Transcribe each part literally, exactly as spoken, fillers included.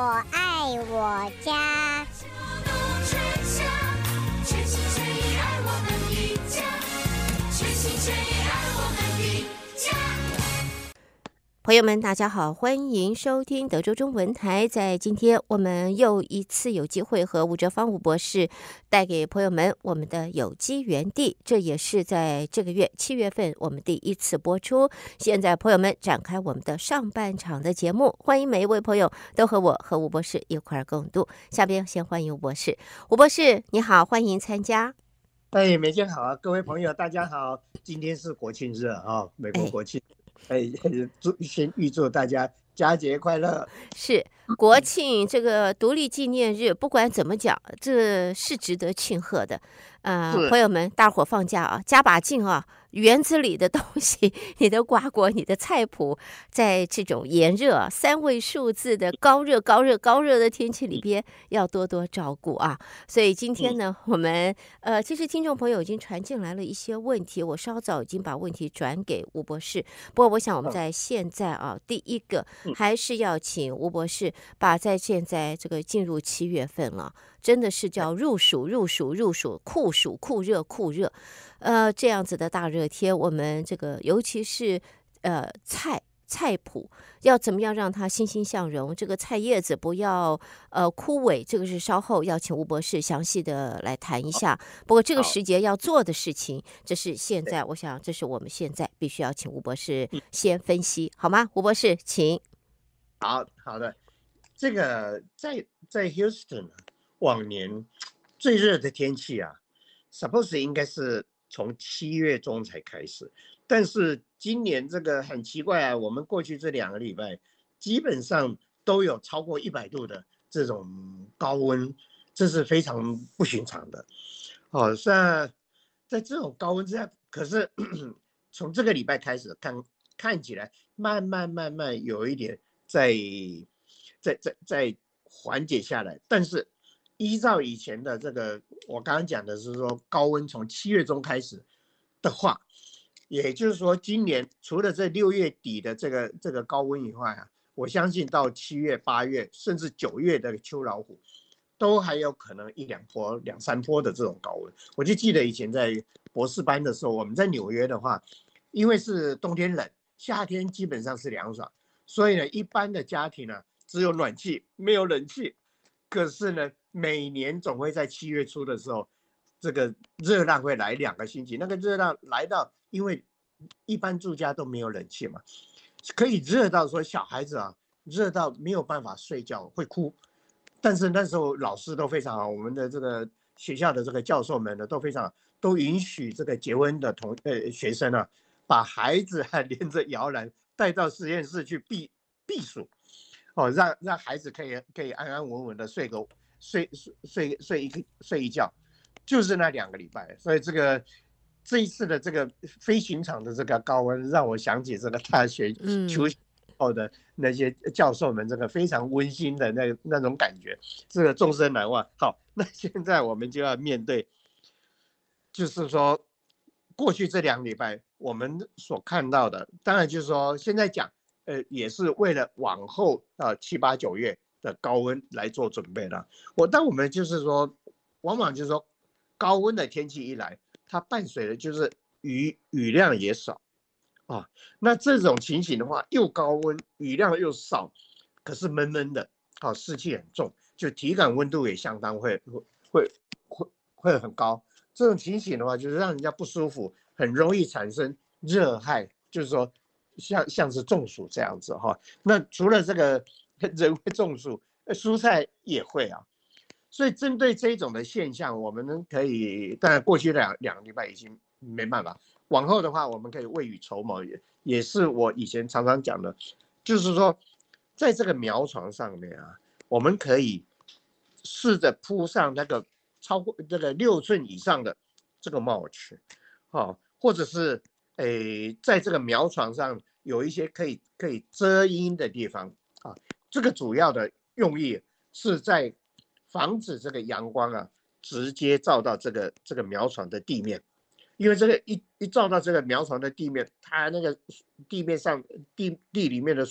爱我家。全心全意爱我们的家，全心全意爱我们的家。朋友们大家好，欢迎收听德州中文台。在今天我们又一次有机会和吴哲芳吴博士带给朋友们我们的有机园地，这也是在这个月七月份我们第一次播出。现在朋友们展开我们的上半场的节目，欢迎每一位朋友都和我和吴博士一块儿共度。下边先欢迎吴博士。吴博士你好，欢迎参加。 哎，美娟好啊，各位朋友大家好，今天是国庆日啊，美国国庆。哎哎，祝先预祝大家佳节快乐。 是国庆这个独立纪念日，不管怎么讲，这是值得庆贺的。呃，朋友们，大伙放假啊，加把劲啊！园子里的东西，你的瓜果、你的菜谱，在这种炎热三位数字的高热、高热、高热的天气里边，要多多照顾啊。所以今天呢，我们呃，其实听众朋友已经传进来了一些问题，我稍早已经把问题转给吴博士。不过，我想我们在现在啊，第一个还是要请吴博士把在现在这个进入七月份了。真的是叫入暑入暑入暑酷暑酷热酷热，呃，这样子的大热天，我们这个尤其是呃菜菜谱要怎么样让它欣欣向荣，这个菜叶子不要呃枯萎，这个是稍后要请吴博士详细的来谈一下。不过这个时节要做的事情，这是现在我想这是我们现在必须要请吴博士先分析，好吗？吴博士，请。 好好的，这个在在 Houston。往年最热的天气啊 ，suppose 应该是从七月中才开始，但是今年这个很奇怪啊，我们过去这两个礼拜基本上都有超过一百度的这种高温，这是非常不寻常的。哦，那在这种高温之下，可是从这个礼拜开始看看起来慢慢慢慢有一点在在在在缓解下来，但是。依照以前的这个，我刚刚讲的是说高温从七月中开始的话，也就是说今年除了这六月底的这个这个高温以外啊，我相信到七月、八月甚至九月的秋老虎，都还有可能一两波、两三波的这种高温。我就记得以前在博士班的时候，我们在纽约的话，因为是冬天冷，夏天基本上是凉爽，所以呢，一般的家庭呢、啊、只有暖气没有冷气，可是呢。每年总会在七月初的时候，这个热浪会来两个星期。那个热浪来到，因为一般住家都没有冷气嘛，可以热到说小孩子啊，热到没有办法睡觉，会哭。但是那时候老师都非常好，我们的这个学校的这个教授们呢都非常好，都允许这个结婚的同呃学生啊，把孩子啊连着摇篮带到实验室去避避暑，哦，让让孩子可以可以安安稳稳的睡个。睡睡睡一睡一觉，就是那两个礼拜，所以这个这一次的这个非寻常的这个高温，让我想起这个大学求学后的那些教授们，这个非常温馨的那那种感觉，这个终身难忘。好，那现在我们就要面对，就是说过去这两个礼拜我们所看到的，当然就是说现在讲，呃，也是为了往后啊七八九月。的高温来做准备了。我但我们就是说，往往就是说，高温的天气一来，它伴随的就是雨雨量也少啊。那这种情形的话，又高温，雨量又少，可是闷闷的，好、啊、湿气很重，就体感温度也相当会会会会很高。这种情形的话，就是让人家不舒服，很容易产生热害，就是说像像是中暑这样子哈、啊。那除了这个。人会中暑，蔬菜也会啊，所以针对这种的现象，我们可以，当然过去两两个礼拜已经没办法，往后的话，我们可以未雨绸缪，也也是我以前常常讲的，就是说，在这个苗床上面啊，我们可以试着铺上那个超过这个六寸以上的这个 mulch， 哦，或者是诶，在这个苗床上有一些可以可以遮阴的地方啊。这个主要的用意是在防止这个阳光啊直接照到这个这个苗床的地面，因为这个一一照到这个苗床的地面，它那个地面上地地里面的水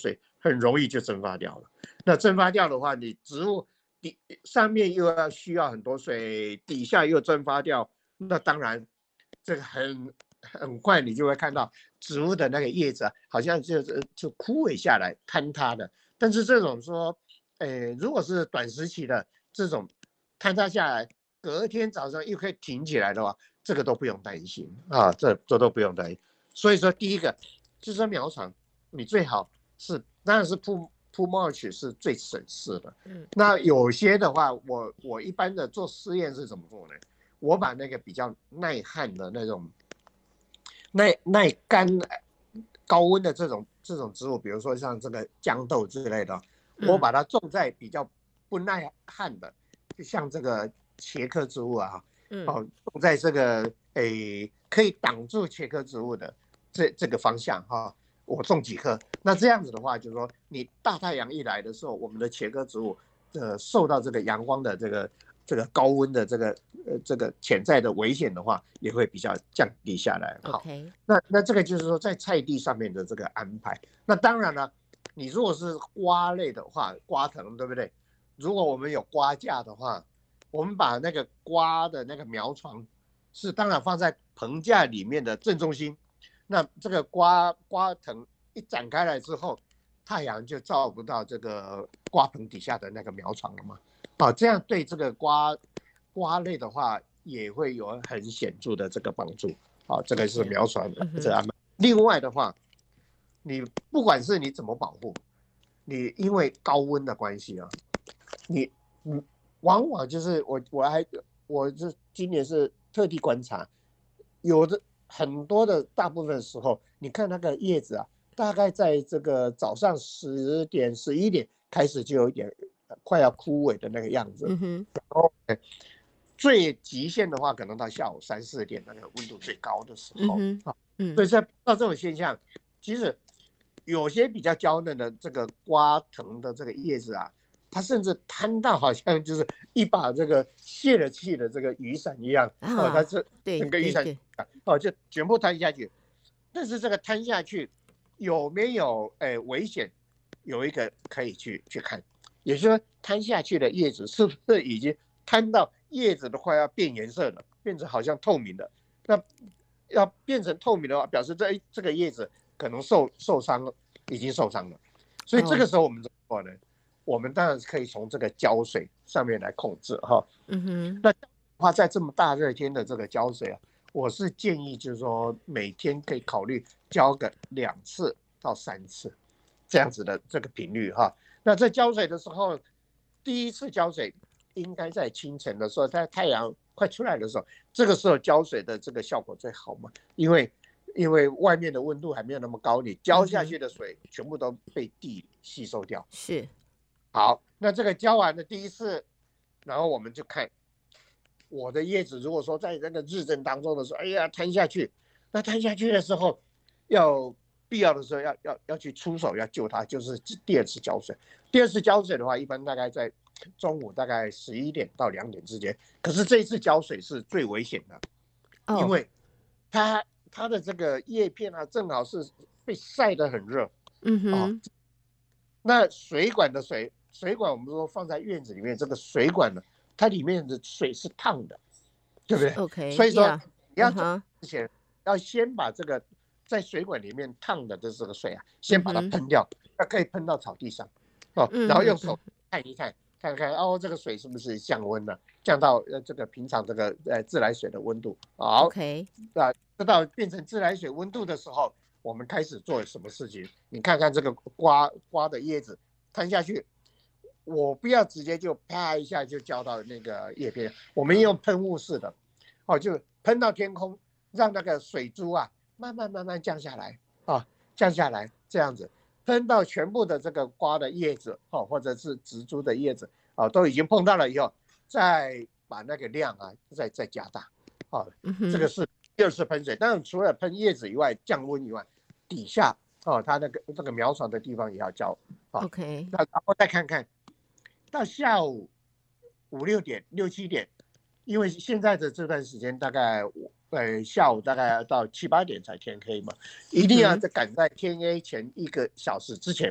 很容易就蒸发掉了。那蒸发掉的话，你植物底上面又要需要很多水，底下又蒸发掉，那当然这个很很快你就会看到植物的那个叶子啊，好像就就枯萎下来坍塌的。但是这种说，呃，如果是短时期的这种坍塌下来，隔天早上又可以挺起来的话，这个都不用担心啊，这这都不用担心。所以说，第一个就是说苗场，你最好是当然是铺铺 mulch 是最省事的。嗯，那有些的话，我我一般的做试验是怎么做呢？我把那个比较耐旱的那种耐耐干高温的这种这种植物，比如说像这个豇豆之类的，我把它种在比较不耐旱的，就像这个茄科植物啊，哦，种在这个诶可以挡住茄科植物的这这个方向哈，我种几棵。那这样子的话，就是说你大太阳一来的时候，我们的茄科植物呃受到这个阳光的这个这个高温的这个呃这个潜在的危险的话，也会比较降低下来。好， okay. 那那这个就是说在菜地上面的这个安排。那当然了，你如果是瓜类的话，瓜藤对不对？如果我们有瓜架的话，我们把那个瓜的那个苗床是当然放在棚架里面的正中心。那这个瓜瓜藤一展开来之后，太阳就照不到这个瓜棚底下的那个苗床了嘛。啊，这样对这个瓜瓜类的话也会有很显著的这个帮助。啊，这个是苗床的这个安排。另外的话，你不管是你怎么保护，你因为高温的关系啊，你你往往就是我我还我这今年是特地观察，有的很多的大部分时候，你看那个叶子啊，大概在这个早上十点十一点开始就有一点快要枯萎的那个样子。嗯、然后最极限的话，可能到下午三四点那个温度最高的时候。嗯嗯、所以在到这种现象，其实有些比较娇嫩的这个瓜藤的这个叶子啊，它甚至摊到好像就是一把这个泄了气的这个雨伞一样。啊、哦，它是整个雨伞哦，就全部摊下去。但是这个摊下去有没有诶危险？有一个可以去去看，也就是说摊下去的叶子是不是已经摊到叶子的话要变颜色了，变成好像透明的。那要变成透明的话，表示这这个叶子可能受受伤了，已经受伤了。所以这个时候我们怎么做呢？我们当然可以从这个浇水上面来控制哈。嗯哼。那话在这么大热天的这个浇水啊，我是建议就是说每天可以考虑浇个两次到三次这样子的这个频率哈。那在浇水的时候，第一次浇水应该在清晨的时候，在太阳快出来的时候，这个时候浇水的这个效果最好嘛，因为因为外面的温度还没有那么高，你浇下去的水全部都被地吸收掉。 是。 好，那这个浇完的第一次，然后我们就看我的叶子，如果说在那个日正当中的时候，哎呀摊下去，那摊下去的时候，要必要的时候要要要去出手要救它，就是第二次浇水。第二次浇水的话，一般大概在中午大概十一点到两点之间。可是这一次浇水是最危险的，哦、因为它它的这个叶片啊，正好是被晒得很热。嗯哼。哦、那水管的水。水管我们说放在院子里面，这个水管呢，它里面的水是烫的，对不对 ？OK。 所以说你要做之前，要先把这个在水管里面烫的这个水啊，先把它喷掉，它可以喷到草地上，哦，然后用手看一看，看看哦，这个水是不是降温了，降到呃这个平常这个呃自来水的温度。好 ，OK。 啊，这到变成自来水温度的时候，我们开始做什么事情？你看看这个瓜瓜的叶子摊下去。我不要直接就啪一下就浇到那个叶片，我们用喷雾式的，哦，就喷到天空，让那个水珠啊慢慢慢慢降下来啊，降下来这样子，喷到全部的这个瓜的叶子哦，或者是植株的叶子哦，都已经碰到了以后，再把那个量啊再再加大，哦，这个是第二次喷水。当然除了喷叶子以外，降温以外，底下哦它那个这个苗床的地方也要浇。 哦、OK。 那然后再看看。到下午五六点、六七点，因为现在的这段时间大概呃下午大概到七八点才天黑嘛，一定要赶在天黑前一个小时之前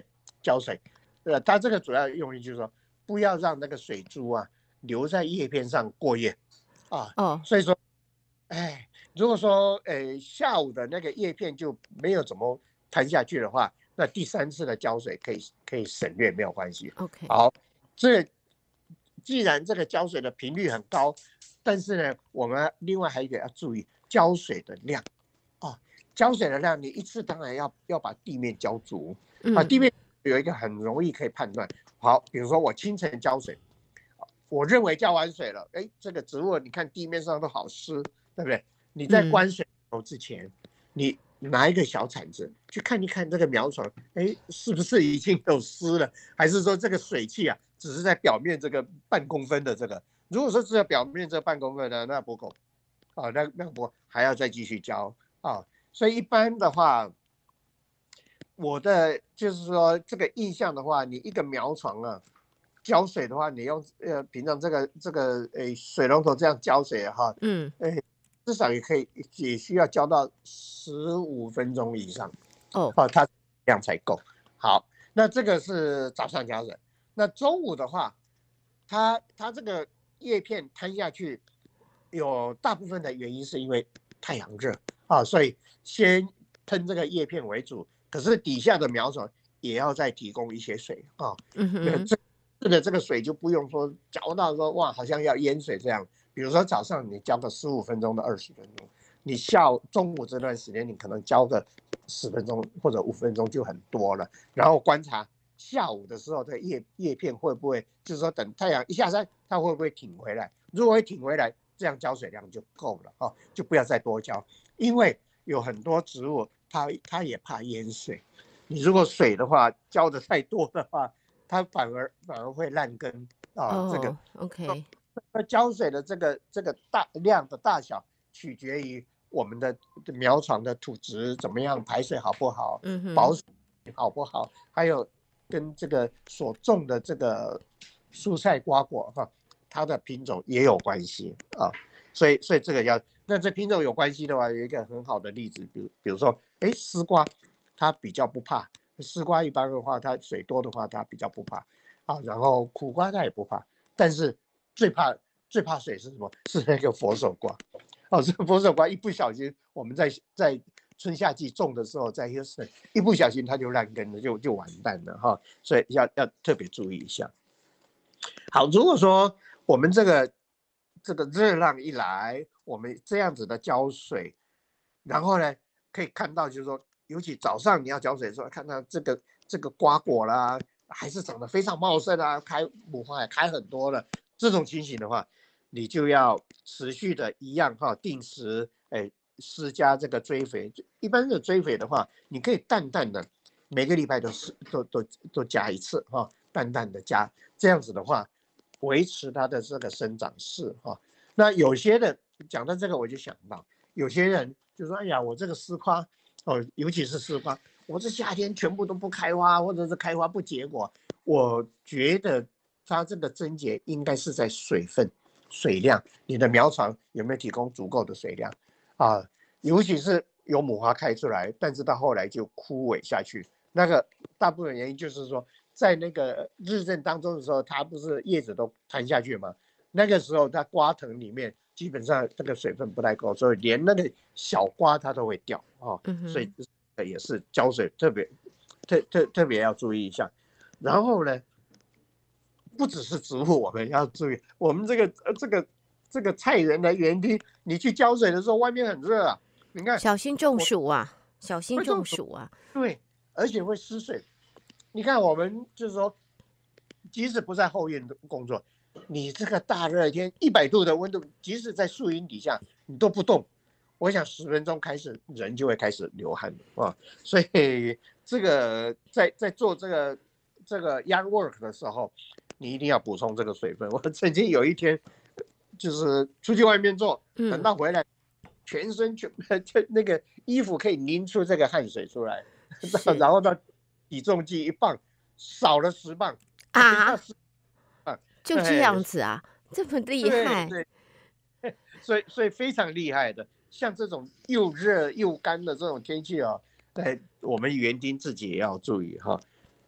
浇水，呃，它这个主要用意就是说，不要让那个水珠啊留在叶片上过夜啊。哦，所以说，哎，如果说呃下午的那个叶片就没有怎么摊下去的话，那第三次的浇水可以可以省略，没有关系。 OK， 好，这既然这个浇水的频率很高，但是呢，我们另外还有一个要注意浇水的量。哦，浇水的量，你一次当然要要把地面浇足。啊，地面有一个很容易可以判断。好，比如说我清晨浇水，我认为浇完水了，哎，这个植物你看地面上都好湿，对不对？你在关水头之前，嗯、你拿一个小铲子去看一看这个苗床，哎，是不是已经有湿了？还是说这个水汽啊，只是在表面这个半公分的这个？如果说只有表面这半公分的，那不够，啊，那那不还要再继续浇啊。所以一般的话，我的就是说这个印象的话，你一个苗床啊。浇水的话，你用呃平常这个这个诶水龙头这样浇水哈，嗯，诶至少也可以也需要浇到十五分钟以上哦，哦它量才够。好，那这个是早上浇水。那中午的话，它它这个叶片摊下去，有大部分的原因是因为太阳热啊，所以先喷这个叶片为主，可是底下的苗床也要再提供一些水啊。嗯哼。这个这个水就不用说浇到说哇好像要淹水这样，比如说早上你浇个十五分钟到二十分钟，你下午中午这段时间你可能浇个十分钟或者五分钟就很多了，然后观察下午的时候的叶叶片会不会就是说等太阳一下山它会不会挺回来，如果会挺回来这样浇水量就够了哦，就不要再多浇，因为有很多植物它它也怕淹水，你如果水的话浇的太多的话。它反而反而会烂根啊， oh, 这个 OK， 那浇水的这个这个大量的大小取决于我们的苗床的土质怎么样，排水好不好，嗯、保水好不好，还有跟这个所种的这个蔬菜瓜果哈，它的品种也有关系啊，所以所以这个要那这品种有关系的话，有一个很好的例子，比如比如说，哎，丝瓜它比较不怕。丝瓜一般的话，它水多的话，它比较不怕啊。然后苦瓜它也不怕，但是最怕最怕水是什么？是那个佛手瓜。哦，这佛手瓜一不小心，我们在在春夏季种的时候，在 Houston 一不小心它就烂根了，就就完蛋了哈。所以要要特别注意一下。好，如果说我们这个这个热浪一来，我们这样子的浇水，然后呢，可以看到就是说。尤其早上你要浇水的时候，看到这个这个瓜果啦，还是长得非常茂盛啊，开母花也开很多了。这种情形的话，你就要持续的一样哈，定时哎施加这个追肥。一般的追肥的话，你可以淡淡的，每个礼拜都是都都都加一次哈，淡淡的加，这样子的话，维持它的这个生长势哈。那有些人讲到这个，我就想到有些人就说，哎呀，我这个丝瓜。哦，尤其是丝瓜，我这夏天全部都不开花，或者是开花不结果，我觉得它这个症结应该是在水分、水量，你的苗床有没有提供足够的水量啊？尤其是有母花开出来，但是到后来就枯萎下去，那个大部分原因就是说，在那个日正当中的时候，它不是叶子都摊下去吗？那个时候它瓜藤里面。基本上这个水分不太够，所以连那个小瓜它都会掉啊、嗯，所以也是浇水特别特特特别要注意一下。然后呢，不只是植物，我们要注意，我们这个这个这个菜园的园丁，你去浇水的时候，外面很热啊，你看， 小心中暑啊，小心中暑啊， 对，而且会失水。你看，我们就是说，即使不在后院工作。你这个大热天一百度的温度，即使在树荫底下你都不动，我想十分钟开始人就会开始流汗啊。所以这个在在做这个这个 yard work 的时候，你一定要补充这个水分。我曾经有一天就是出去外面做，等到回来，嗯、全身全那个衣服可以凝出这个汗水出来，然后呢体重计一磅少了十磅啊。就这样子啊，这么厉害， 对对，所以所以非常厉害的。像这种又热又干的这种天气哦，哎，我们园丁自己也要注意哈。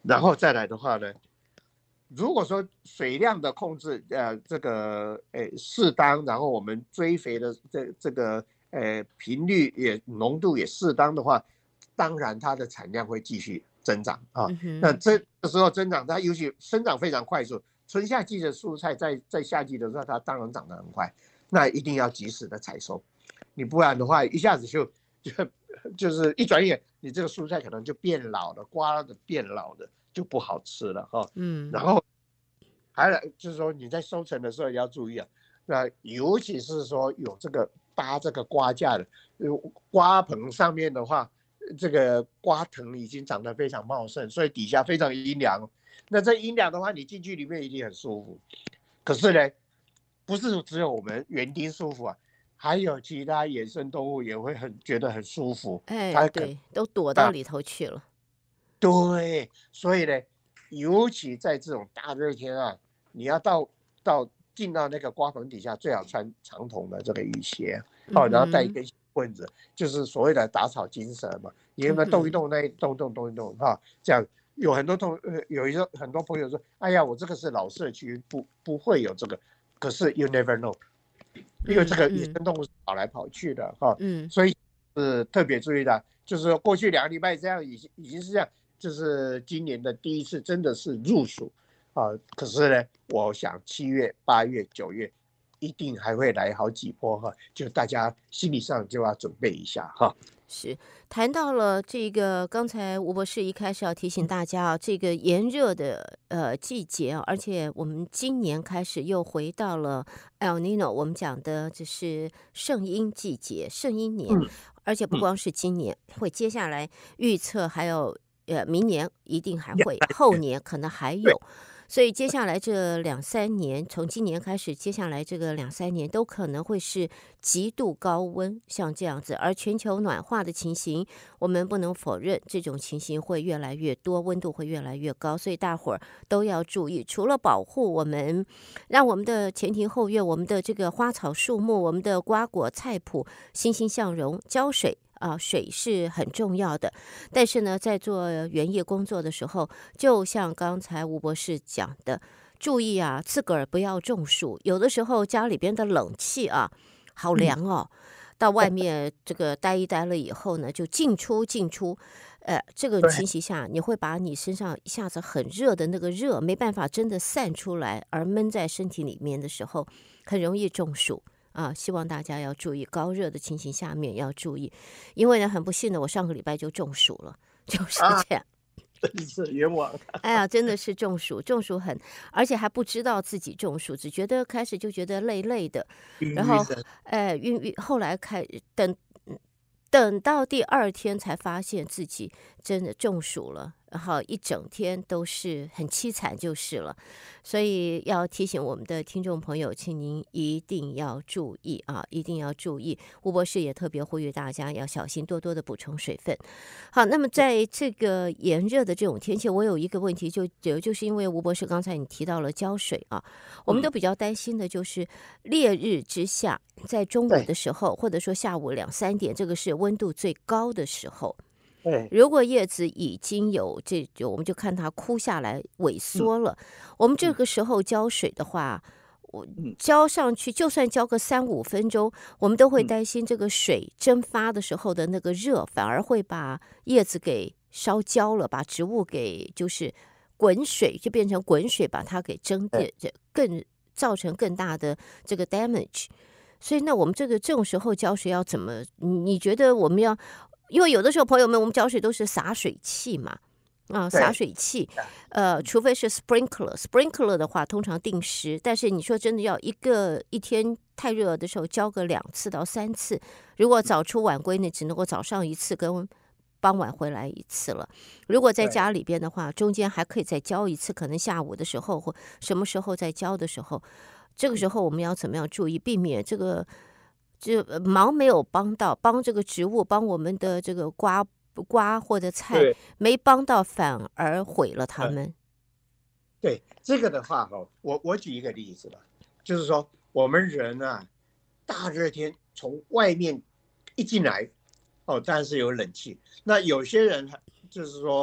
然后再来的话呢，如果说水量的控制，呃，这个呃适当，然后我们追肥的这这个呃频率也浓度也适当的话，当然它的产量会继续增长啊。 嗯、 那这个时候增长，它尤其生长非常快速。春夏季的蔬菜在在夏季的时候，它当然长得很快，那一定要及时的采收，你不然的话，一下子就就就是一转眼，你这个蔬菜可能就变老了，瓜的变老了，就不好吃了哈。嗯，然后还有就是说你在收成的时候也要注意啊，那尤其是说有这个搭这个瓜架的，瓜棚上面的话，这个瓜藤已经长得非常茂盛，所以底下非常阴凉。那这阴凉的话，你进去里面一定很舒服。可是呢，不是只有我们园丁舒服啊，还有其他野生动物也会很觉得很舒服。 哎，对，都躲到里头去了。 对，所以呢，尤其在这种大热天啊，你要到到进到那个瓜棚底下，最好穿长筒的这个雨鞋，哦，然后带一根棍子，就是所谓的打草惊蛇嘛。你有没有动一动，那一动动动一动哈？这样有很多同呃有一些很多朋友说，哎呀，我这个是老社区，不不会有这个。可是 you never know， 因为这个野生动物是跑来跑去的哈，嗯，所以是特别注意的。就是说过去两个礼拜这样已经已经是这样。就是今年的第一次真的是入暑啊，可是呢，我想七月、八月、九月一定还会来好几波哈，就大家心理上就要准备一下哈。 是谈到了这个，刚才吴博士一开始要提醒大家啊，这个炎热的呃季节啊，而且我们今年开始又回到了 El Nino， 我们讲的这是圣婴季节、圣婴年，嗯、而且不光是今年，嗯、会接下来预测还有。呃，明年一定还会，后年可能还有，所以接下来这两三年，从今年开始，接下来这个两三年都可能会是极度高温，像这样子。而全球暖化的情形，我们不能否认，这种情形会越来越多，温度会越来越高，所以大伙儿都要注意。除了保护我们，让我们的前庭后院、我们的这个花草树木、我们的瓜果菜圃欣欣向荣，浇水。啊，水是很重要的，但是呢，在做园艺工作的时候，就像刚才吴博士讲的，注意啊，自个儿不要中暑。有的时候家里边的冷气啊，好凉哦，嗯、到外面这个待一待了以后呢，就进出进出，呃，这个情形下，你会把你身上一下子很热的那个热没办法真的散出来，而闷在身体里面的时候，很容易中暑。啊，希望大家要注意高热的情形下面要注意，因为呢，很不幸的，我上个礼拜就中暑了，就是这样。 真是冤枉！ 哎呀，真的是中暑，中暑很，而且还不知道自己中暑，只觉得开始就觉得累累的，然后哎晕晕，后来开等等到第二天才发现自己真的中暑了。然后一整天都是很凄惨就是了，所以要提醒我们的听众朋友，请您一定要注意啊，一定要注意。吴博士也特别呼吁大家要小心，多多的补充水分。好，那么在这个炎热的这种天气，我有一个问题就，就就是因为吴博士刚才你提到了浇水啊，我们都比较担心的就是烈日之下，在中午的时候，或者说下午两三点，这个是温度最高的时候。如果叶子已经有这，我们就看它枯下来萎缩了。嗯、我们这个时候浇水的话，我浇上去，就算浇个三五分钟，我们都会担心这个水蒸发的时候的那个热，反而会把叶子给烧焦了，把植物给就是滚水，就变成滚水，把它给蒸电，更造成更大的这个 damage。所以，那我们这个这种时候浇水要怎么？你觉得我们要？因为有的时候，朋友们，我们浇水都是洒水器嘛，啊，洒水器，呃，除非是 sprinkler，sprinkler 的话，通常定时。但是你说真的要一个一天太热的时候浇个两次到三次，如果早出晚归呢，只能够早上一次跟傍晚回来一次了。如果在家里边的话，中间还可以再浇一次，可能下午的时候或什么时候再浇的时候，这个时候我们要怎么样注意，避免这个。就忙没有帮到，帮这个植物，帮我们的这个瓜瓜或者菜没帮到，反而毁了它们。 对这个的话哈，我我举一个例子吧，就是说我们人啊，大热天从外面一进来，哦，当然是有冷气。那有些人就是说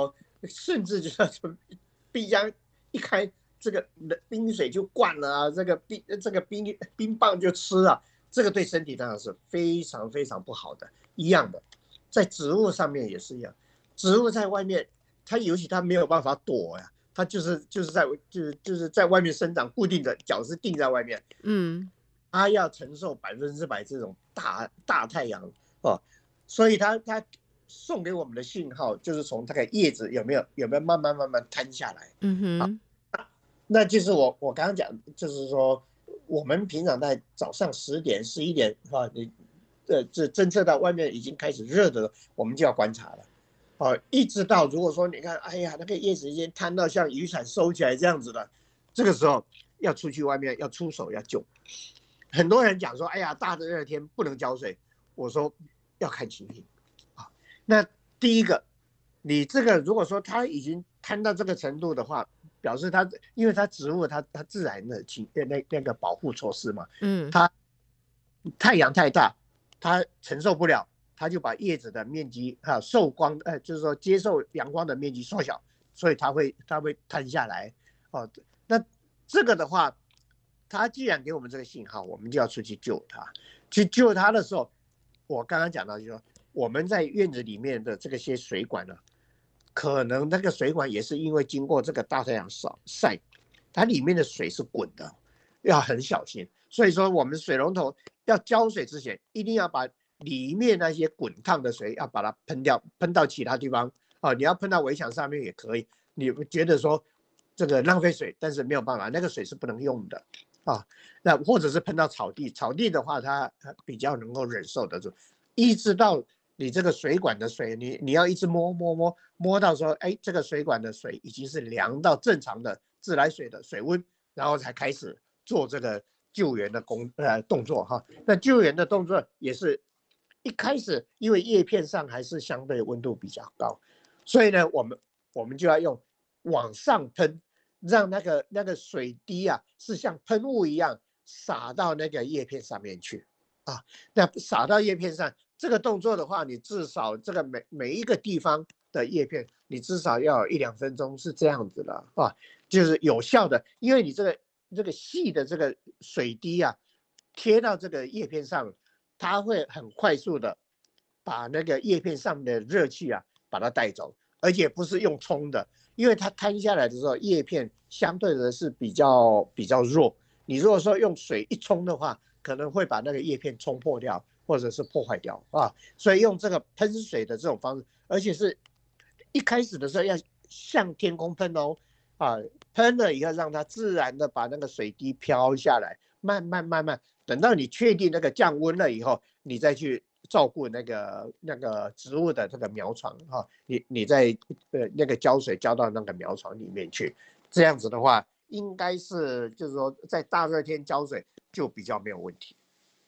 甚至就是说冰箱一开，这个冰水就灌了啊，这个冰这个冰冰棒就吃了，这个对身体当然是非常非常不好的。一样的，在植物上面也是一样，植物在外面，它尤其它没有办法躲呀、啊，它就是就是在就是就是在外面生长，固定的脚是定在外面， 嗯， 它要承受百分之百这种大大太阳哦，所以它它送给我们的信号就是从这个叶子有没有有没有慢慢慢慢摊下来， 嗯哼， 那就是我我刚刚讲，就是说我们平常在早上十点十一点啊，你呃这侦测到外面已经开始热的，我们就要观察了。哦，一直到如果说你看，哎呀，那个叶子已经摊到像雨伞收起来这样子的，这个时候要出去外面要出手要救。很多人讲说，哎呀，大的热天不能浇水，我说要看情形啊。那第一个，你这个如果说它已经摊到这个程度的话，表示它因为它植物它它自然的情那那个保护措施嘛， 嗯， 它太阳太大，它承受不了。它就把叶子的面积啊受光，呃，就是说接受阳光的面积缩小，所以它会它会摊下来，哦，那这个的话，它既然给我们这个信号，我们就要出去救它。去救它的时候，我刚刚讲到就是说，我们在院子里面的这个些水管呢，可能那个水管也是因为经过这个大太阳晒，它里面的水是滚的，要很小心。所以说，我们水龙头要浇水之前，一定要把里面那些滚烫的水要把它喷掉，喷到其他地方啊，你要喷到围墙上面也可以。你觉得说这个浪费水，但是没有办法，那个水是不能用的啊。那或者是喷到草地，草地的话它比较能够忍受得住。一直到你这个水管的水，你你要一直摸摸摸摸到说，哎，这个水管的水已经是凉到正常的自来水的水温，然后才开始做这个救援的工呃动作哈。那救援的动作也是。一开始，因为叶片上还是相对温度比较高，所以呢，我们我们就要用往上喷，让那个那个水滴啊是像喷雾一样洒到那个叶片上面去啊。那洒到叶片上，这个动作的话，你至少这个每每一个地方的叶片，你至少要有一两分钟是这样子的啊，就是有效的，因为你这个这个细的这个水滴啊贴到这个叶片上。它会很快速的把那个叶片上面的热气啊把它带走，而且不是用冲的，因为它摊下来的时候叶片相对的是比较比较弱，你如果说用水一冲的话，可能会把那个叶片冲破掉或者是破坏掉啊，所以用这个喷水的这种方式，而且是一开始的时候要向天空喷哦，啊，喷了以后让它自然的把那个水滴飘下来，慢慢慢慢。等到你确定那个降温了以后，你再去照顾那个那个植物的这个苗床哈，你你再呃那个浇水浇到那个苗床里面去，这样子的话，应该是就是说在大热天浇水就比较没有问题。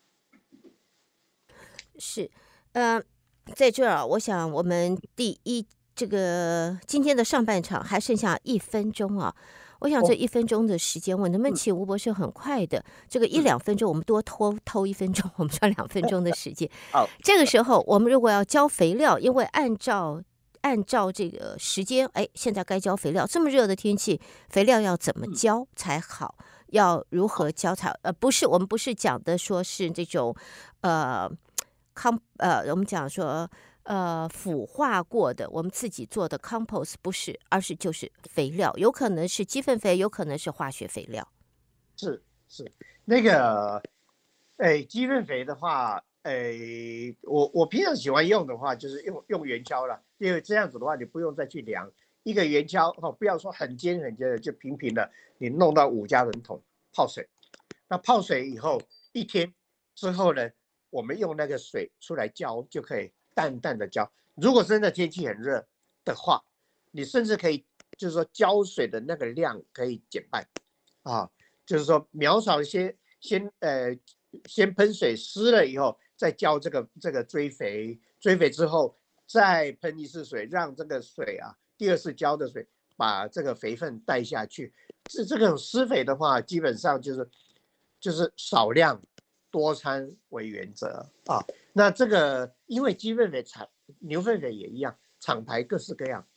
是，呃，在这儿我想我们第一这个今天的上半场还剩下一分钟啊。我想这一分钟的时间，我能不能请吴博士很快的，这个一两分钟，我们多偷偷一分钟，我们说两分钟的时间。 好， 这个时候我们如果要浇肥料，因为按照按照这个时间，哎，现在该浇肥料，这么热的天气，肥料要怎么浇才好？要如何浇才？呃，不是，我们不是讲的说是这种，呃，康呃，我们讲说。呃，腐化过的，我们自己做的 compost 不是，而是就是肥料，有可能是鸡粪肥，有可能是化学肥料。 是是，那个，哎，鸡粪肥的话，哎，我我平常喜欢用的话，就是用用圆锹了，因为这样子的话，你不用再去量一个圆锹哦，不要说很尖很尖的，就平平的，你弄到五加仑桶泡水，那泡水以后一天之后呢，我们用那个水出来浇就可以。淡淡的浇，如果真的天气很热的话，你甚至可以，就是说浇水的那个量可以减半，啊，就是说苗草先先呃先喷水湿了以后，再浇这个这个追肥，追肥之后再喷一次水，让这个水啊第二次浇的水把这个肥分带下去。是这种施肥的话，基本上就是就是少量多餐为原则啊。那这个因为鸡粪肥、厂牛粪肥也一样，厂牌各式各样，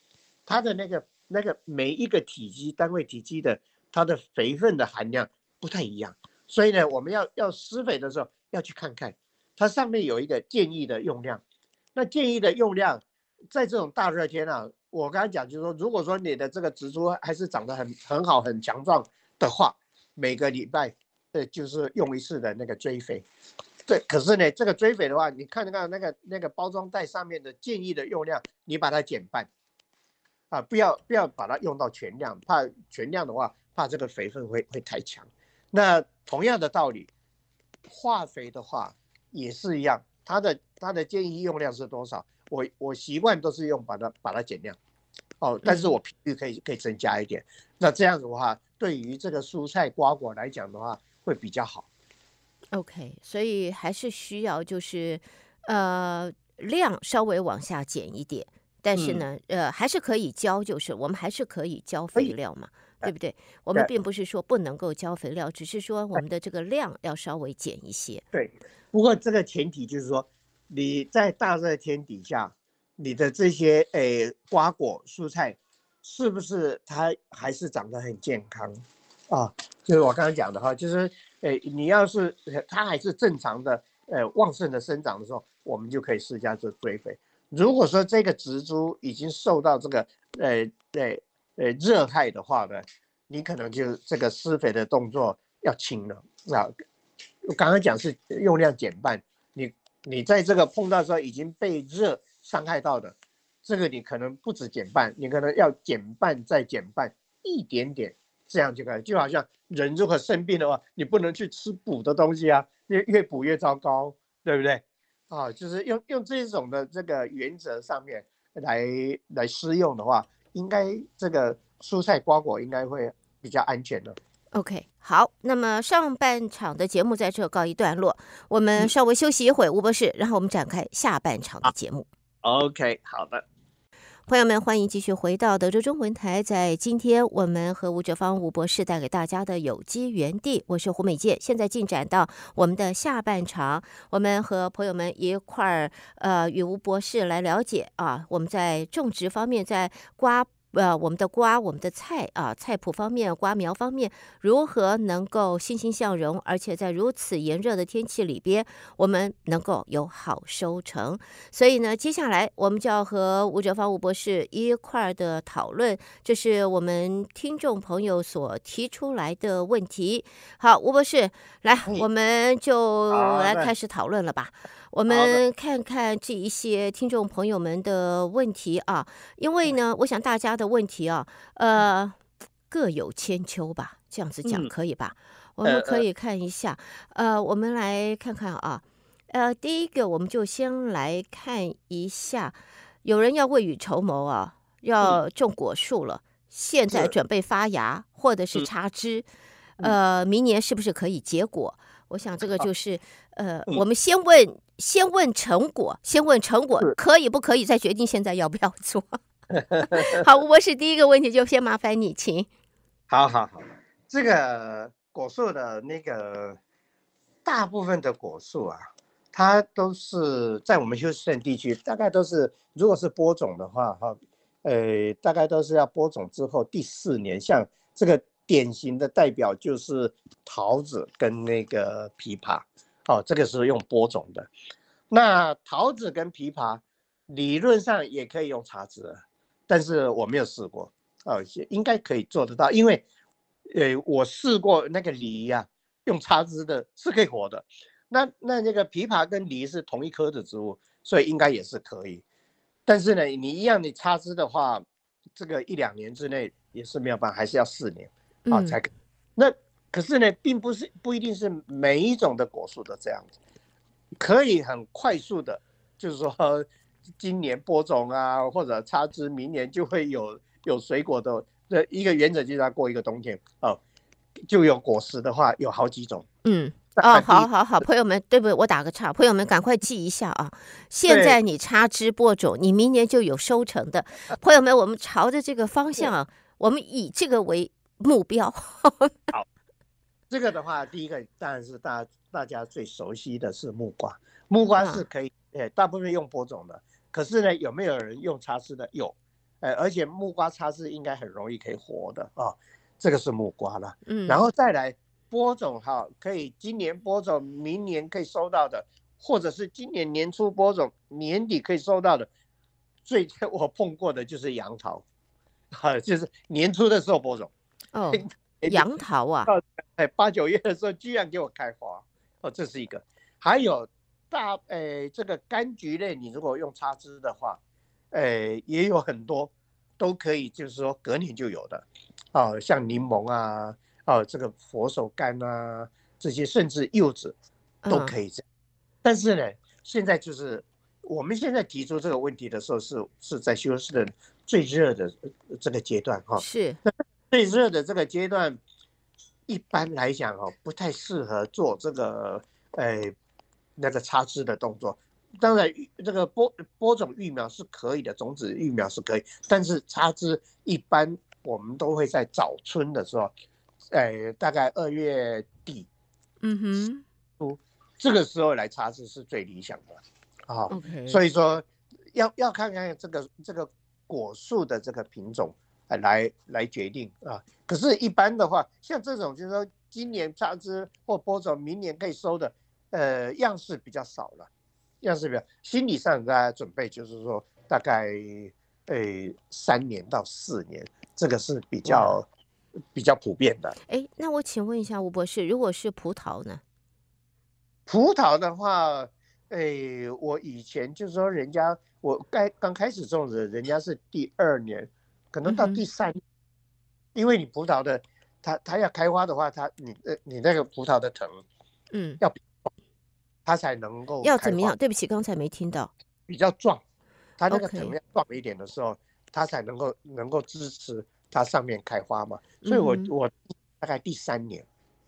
它的那个那个每一个体积单位体积的它的肥分的含量不太一样，所以呢，我们要要施肥的时候要去看看，它上面有一个建议的用量。那建议的用量，在这种大热天啊，我刚才讲就是说，如果说你的这个植株还是长得很很好很强壮的话，每个礼拜呃就是用一次的那个追肥。对，可是呢，这个追肥的话，你看看那个那个包装袋上面的建议的用量，你把它减半啊，不要不要把它用到全量，怕全量的话，怕这个肥分会会太强。那同样的道理，化肥的话也是一样，它的它的建议用量是多少？我我习惯都是用把它把它减量，哦，但是我频率可以可以增加一点。那这样子的话，对于这个蔬菜瓜果来讲的话，会比较好。 OK，所以还是需要就是呃量稍微往下减一点，但是呢，嗯、呃还是可以浇，就是我们还是可以浇肥料嘛，对不对？我们并不是说不能够浇肥料，只是说我们的这个量要稍微减一些。 对，不过这个前提就是说，你在大热天底下，你的这些诶瓜果蔬菜，是不是它还是长得很健康啊？就是我刚刚讲的哈，就是诶你要是它还是正常的呃旺盛的生长的时候，我们就可以施加这追肥。如果说这个植株已经受到这个呃呃呃热害的话呢，你可能就这个施肥的动作要轻了啊。我刚刚讲是用量减半，你你在这个碰到时候已经被热伤害到的，这个你可能不止减半，你可能要减半再减半一点点，这样就可以。就好像人如果生病的话，你不能去吃补的东西啊，越越补越糟糕，对不对？啊，就是用用这种的这个原则上面来来施用的话，应该这个蔬菜瓜果应该会比较安全的。 OK，好，那么上半场的节目在这告一段落，我们稍微休息一会，吴博士，然后我们展开下半场的节目。 OK， 好的。 朋友们，欢迎继续回到德州中文台。在今天，我们和吴哲芳吴博士带给大家的有机园地，我是胡美健。现在进展到我们的下半场，我们和朋友们一块儿，呃，与吴博士来了解啊，我们在种植方面，在瓜。呃，我们的瓜，我们的菜啊，菜谱方面，瓜苗方面，如何能够欣欣向荣，而且在如此炎热的天气里边，我们能够有好收成。所以呢，接下来我们就要和吴哲芳吴博士一块的讨论，这是我们听众朋友所提出来的问题。好，吴博士，来，我们就来开始讨论了吧。我们看看这一些听众朋友们的问题啊，因为呢，我想大家的问题啊，呃，各有千秋吧，这样子讲可以吧？我们可以看一下，呃，我们来看看啊，呃，第一个我们就先来看一下，有人要未雨绸缪啊，要种果树了，现在准备发芽或者是插枝，呃，明年是不是可以结果？我想这个就是呃，我们先问先问成果，先问成果可以不可以，再决定现在要不要做。好，吴博士，第一个问题就先麻烦你，请。 好好好，这个果树的那个大部分的果树啊，它都是在我们休斯顿地区，大概都是如果是播种的话，哈，呃，大概都是要播种之后第四年，像这个。典型的代表就是桃子跟那个枇杷，哦，这个是用播种的。那桃子跟枇杷理论上也可以用插枝，但是我没有试过，哦，应该可以做得到，因为，呃，我试过那个梨呀、啊，用插枝的是可以活的。那那那个枇杷跟梨是同一科的植物，所以应该也是可以。但是呢，你一样你插枝的话，这个一两年之内也是没有办法，还是要四年。啊，才可那可是呢，并不是不一定是每一种的果树都这样子，可以很快速的，就是说今年播种啊，或者插枝，明年就会有有水果的。这一个原则就是要过一个冬天哦，就有果实的话有好几种。 嗯，哦，好好好，朋友们，对不对？我打个岔，朋友们赶快记一下啊！现在你插枝播种，你明年就有收成的。朋友们，我们朝着这个方向啊，我们以这个为目标。 好，这个的话，第一个当然是大大家最熟悉的是木瓜，木瓜是可以，呃、大部分用播种的。可是呢，有没有人用插枝的？有， 呃，而且木瓜插枝应该很容易可以活的啊，这个是木瓜了。 嗯， 然后再来播种哈，可以今年播种，明年可以收到的，或者是今年年初播种，年底可以收到的。最我碰过的就是杨桃，啊，就是年初的时候播种。 哦，杨桃啊， 到哎八九月的时候居然给我开花，哦，这是一个。还有大诶这个柑橘类，你如果用插枝的话，诶也有很多都可以，就是说隔年就有的，哦，像柠檬啊，哦这个佛手柑啊，这些甚至柚子都可以这样。嗯、但是呢，现在就是我们现在提出这个问题的时候是，是是在休斯顿最热的这个阶段哈、哦。 是。 最热的这个阶段，一般来讲哦，不太适合做这个呃那个插枝的动作。当然，这个播播种育苗是可以的，种子育苗是可以，但是插枝一般我们都会在早春的时候，呃，大概二月底， 嗯哼，这个时候来插枝是最理想的啊。 OK， 所以说要要看看这个这个果树的这个品种。来来决定啊，可是，一般的话，像这种就是说，今年插枝或播种，明年可以收的，呃，样式比较少了，样式比较，心理上大家准备就是说，大概呃三年到四年，这个是比较比较普遍的。 哎，那我请问一下吴博士，如果是葡萄呢？ 葡萄的话，哎，我以前就是说，人家我刚刚开始种的，人家是第二年。可能到第三，嗯、因为你葡萄的，它它要开花的话，它你呃你那个葡萄的藤，嗯，要它才能够要怎么样？对不起，刚才没听到。 比较壮，它那个藤要壮一点的时候， okay. 它才能够能够支持它上面开花嘛。所以我、嗯、我大概第三年。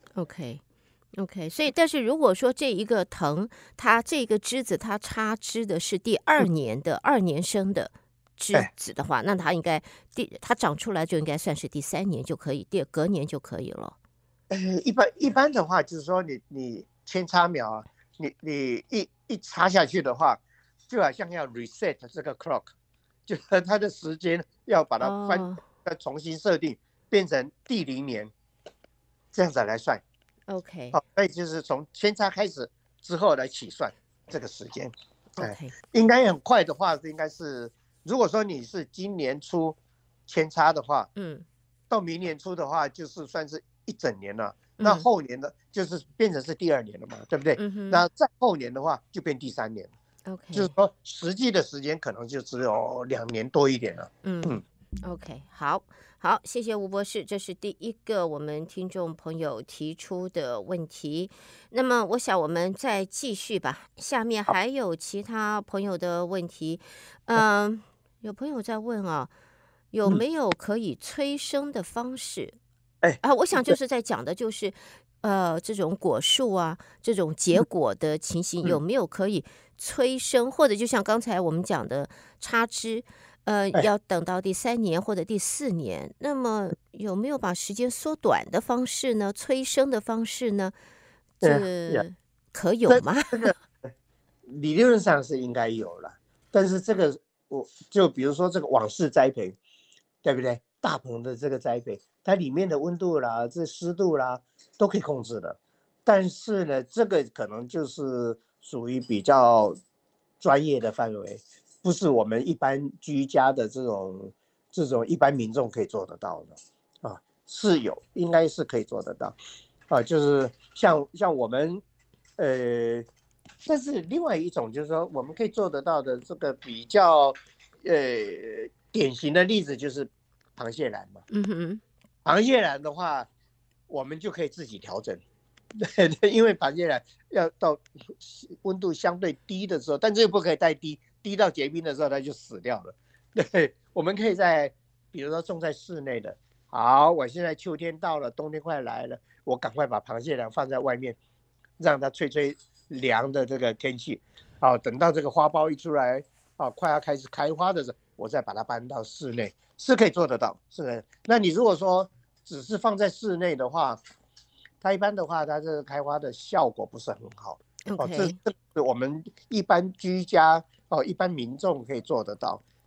OK。OK， 所以但是如果说这一个藤，它这个枝子它插枝的是第二年的、嗯、二年生的。枝子的话，哎、那它应该第它长出来就应该算是第三年就可以，第隔年就可以了。 呃，一般一般的话就是说你你扦插苗啊，你你一一插下去的话，就好像要 reset 这个 clock， 就是它的时间要把它翻、哦、再重新设定，变成第零年，这样子来算。 OK， 好、哦，所以就是从扦插开始之后来起算这个时间。 OK，、 哎、应该很快的话，应该是。如果说你是今年初扦插的话，嗯，到明年初的话，就是算是一整年了。嗯、那后年的，就是变成是第二年了嘛，对不对？嗯、那再后年的话，就变第三年。 OK， 就是说实际的时间可能就只有两年多一点了。 嗯嗯 ，OK， 好，好，谢谢吴博士，这是第一个我们听众朋友提出的问题。那么我想我们再继续吧，下面还有其他朋友的问题，嗯。有朋友在问啊，有没有可以催生的方式？ 哎、 嗯、啊，我想就是在讲的就是，呃，这种果树啊，这种结果的情形，有没有可以催生，或者就像刚才我们讲的插枝，呃，要等到第三年或者第四年，那么有没有把时间缩短的方式呢？催生的方式呢？这可有吗？ 这个理论上是应该有了，但是这个。我就比如说这个网式栽培，对不对？大棚的这个栽培，它里面的温度啦、这湿度啦都可以控制的。但是呢，这个可能就是属于比较专业的范围，不是我们一般居家的这种这种一般民众可以做得到的啊。是有，应该是可以做得到啊。就是像像我们呃。但是另外一种就是说，我们可以做得到的这个比较，呃，典型的例子就是螃蟹兰嘛。 嗯哼， 螃蟹兰的话，我们就可以自己调整，对，因为螃蟹兰要到温度相对低的时候，但这又不可以太低，低到结冰的时候它就死掉了。对，我们可以在，比如说种在室内的。好，我现在秋天到了，冬天快来了，我赶快把螃蟹兰放在外面，让它吹吹。凉的这个天气，啊，等到这个花苞一出来，啊，快要开始开花的时候，我再把它搬到室内，是可以做得到。是的，那你如果说只是放在室内的话，它一般的话，它这个开花的效果不是很好。 Okay. 哦，这这是我们一般居家哦，一般民众可以做得到。那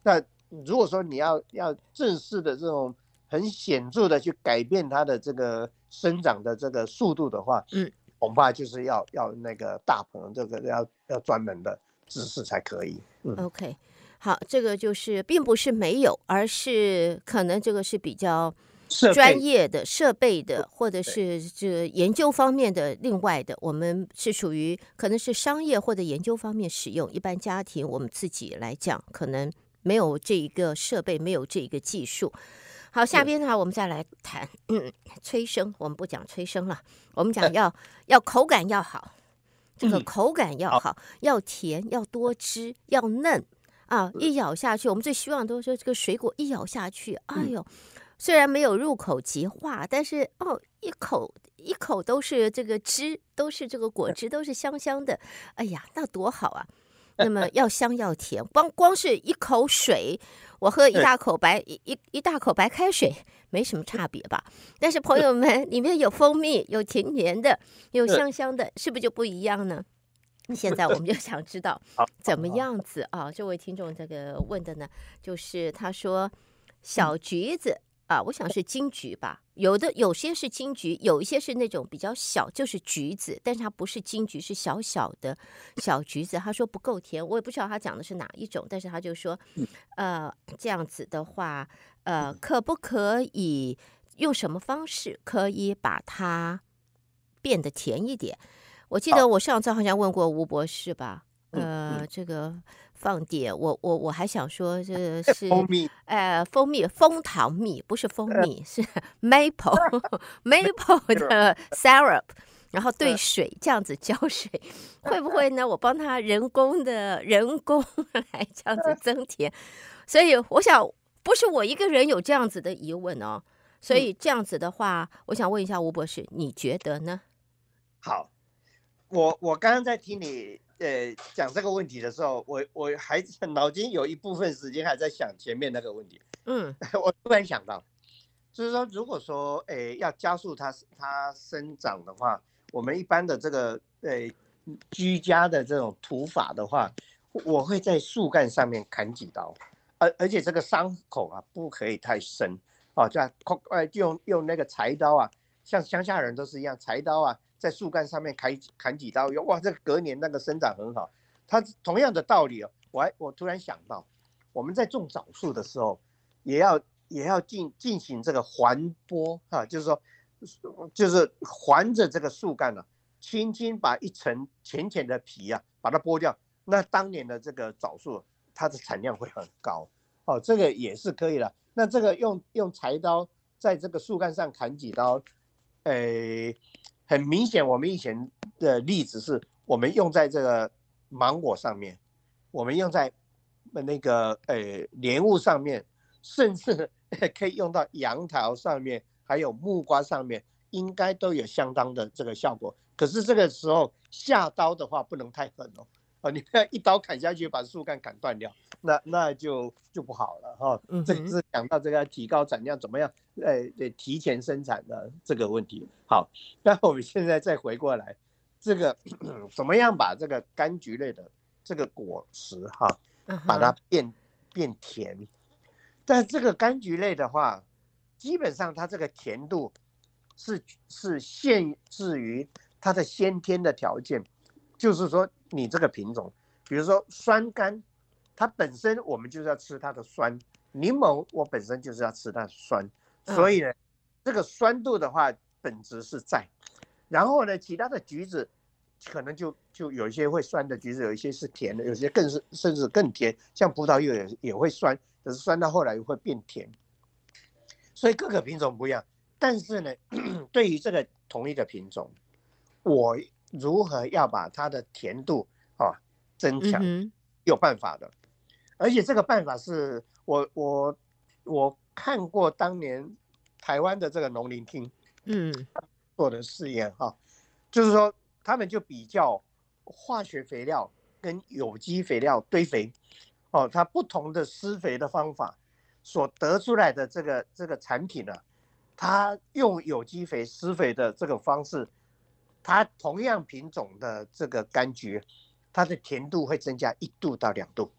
如果说你要要正式的这种很显著的去改变它的这个生长的这个速度的话， 嗯， 恐怕就是要要那个大棚这个要要专门的知识才可以。嗯 OK，好，这个就是并不是没有，而是可能这个是比较专设备业的设备的，或者对是这研究方面的。另外的，我们是属于可能是商业或者研究方面使用。一般家庭我们自己来讲，可能没有这一个设备，没有这一个技术。好，下边呢，我们再来谈嗯催生。我们不讲催生了，我们讲要要口感要好，这个嗯口感要好好，要甜，要多汁，要嫩啊！一咬下去，我们最希望都是这个水果一咬下去，哎呦，虽然没有入口即化，但是哦，一口一口都是这个汁，都是这个果汁，都是香香的，哎呀，那多好啊！那么要香要甜，光光是一口水，我喝一大口白一一一大口白开水，没什么差别吧？但是朋友们，里面有蜂蜜，有甜甜的，有香香的，是不是就不一样呢？现在我们就想知道好怎么样子啊？这位听众这个问的呢，就是他说嗯小橘子啊，我想是金桔吧，有的有些是金桔，有一些是那种比较小，就是橘子，但是它不是金桔，是小小的小橘子。他说不够甜，我也不知道他讲的是哪一种，但是他就说，呃，这样子的话，呃，可不可以用什么方式可以把它变得甜一点？我记得好我上次好像问过吴博士吧， 嗯呃， 嗯， 这个放点，我我我还想说这是， 蜂蜜呃，蜂蜜蜂糖蜜，不是蜂蜜，是 maple maple 的 syrup，然后兑水这样子浇水，会不会呢？我帮他人工的人工来这样子增甜，所以我想不是我一个人有这样子的疑问哦，所以这样子的话，我想问一下吴博士，你觉得呢？ 好。我我刚刚在听你呃讲这个问题的时候，我我还脑筋有一部分时间还在想前面那个问题。 嗯我突然想到，就是说，如果说诶要加速它它生长的话，我们一般的这个呃居家的这种土法的话，我会在树干上面砍几刀，而而且这个伤口啊不可以太深哦，这样呃用用那个柴刀啊，像乡下人都是一样，柴刀啊在树干上面砍砍几刀，哇，这个隔年那个生长很好。它同样的道理哦，我还我突然想到，我们在种枣树的时候，也要也要进进行这个环剥啊，就是说，就是环着这个树干呢、啊，轻轻把一层浅浅的皮啊，把它剥掉。那当年的这个枣树，它的产量会很高哦，这个也是可以的。那这个用用柴刀在这个树干上砍几刀，呃，很明显，我们以前的例子是我们用在这个芒果上面，我们用在那个呃莲雾上面，甚至可以用到杨桃上面，还有木瓜上面，应该都有相当的这个效果。可是这个时候下刀的话不能太狠哦，哦，你不要一刀砍下去把树干砍断掉，那那就就不好了哈、哦。 嗯这个是讲到这个提高产量怎么样，呃，提前生产的这个问题。好，那我们现在再回过来，这个怎么样把这个柑橘类的这个果实哈，把它变变甜。但这个柑橘类的话，基本上它这个甜度是是限制于它的先天的条件，就是说你这个品种，比如说酸柑，它本身我们就是要吃它的酸，柠檬我本身就是要吃它的酸，所以呢，这个酸度的话本质是在，然后呢，其他的橘子可能就就有一些会酸的橘子，有一些是甜的，有些更是甚至更甜，像葡萄柚也也会酸，可是酸到后来会变甜，所以各个品种不一样。但是呢，对于这个同一个品种，我如何要把它的甜度啊增强， 嗯有办法的。而且这个办法是我我我看过当年台湾的这个农林厅嗯做的试验哈，就是说他们就比较化学肥料跟有机肥料堆肥，哦，它不同的施肥的方法所得出来的这个这个产品呢、啊，它用有机肥施肥的这个方式，它同样品种的这个柑橘，它的甜度会增加一度到两度。